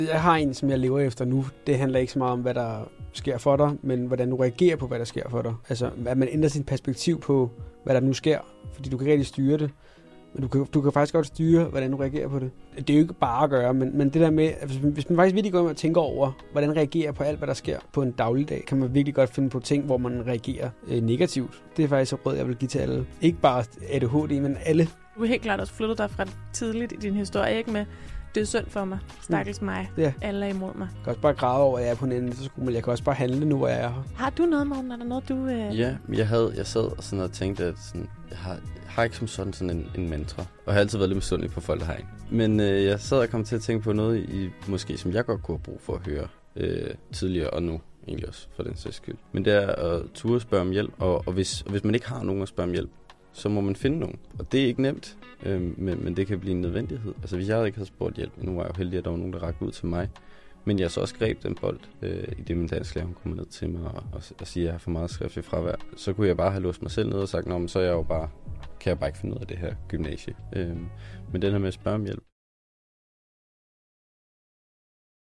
Jeg har en, som jeg lever efter nu. Det handler ikke så meget om, hvad der sker for dig, men hvordan du reagerer på, hvad der sker for dig. Altså, at man ændrer sin perspektiv på, hvad der nu sker, fordi du kan ikke rigtig styre det. Men du kan faktisk godt styre, hvordan du reagerer på det. Det er jo ikke bare at gøre, men det der med, at hvis man faktisk virkelig går ind og tænker over, hvordan reagerer på alt, hvad der sker på en dagligdag, kan man virkelig godt finde på ting, hvor man reagerer negativt. Det er faktisk et råd, jeg vil give til alle. Ikke bare ADHD, men alle. Du er helt klart også flyttet dig fra tidligt i din historie, ikke med, det er synd for mig, stakkels mig, ja. Alle er imod mig. Jeg kan også bare græde over, at jeg er på en efterskole, men jeg kan også bare handle nu, hvor jeg er her. Har du noget, Morten? Er der noget, du... Ja, jeg sad og sådan og tænkte, at sådan, jeg har ikke som sådan en mantra, og har altid været lidt misundelig på folk, der har en. Men jeg sad og kom til at tænke på noget, måske som jeg godt kunne have brug for at høre tidligere, og nu egentlig også for den sags skyld. Men det er at turde spørge om hjælp, og hvis man ikke har nogen at spørge om hjælp, så må man finde nogen. Og det er ikke nemt, men det kan blive en nødvendighed. Altså hvis jeg ikke havde spurgt hjælp, nu var jeg jo heldig, at der var nogen, der rakte ud til mig. Men jeg så også greb den bold, i det min dansklærer, hun kom ned til mig og siger, at jeg har for meget skriftligt fravær. Så kunne jeg bare have låst mig selv ned og sagt, så er jeg jo bare, kan jeg bare ikke finde ud af det her gymnasie. Men den her med at spørge om hjælp,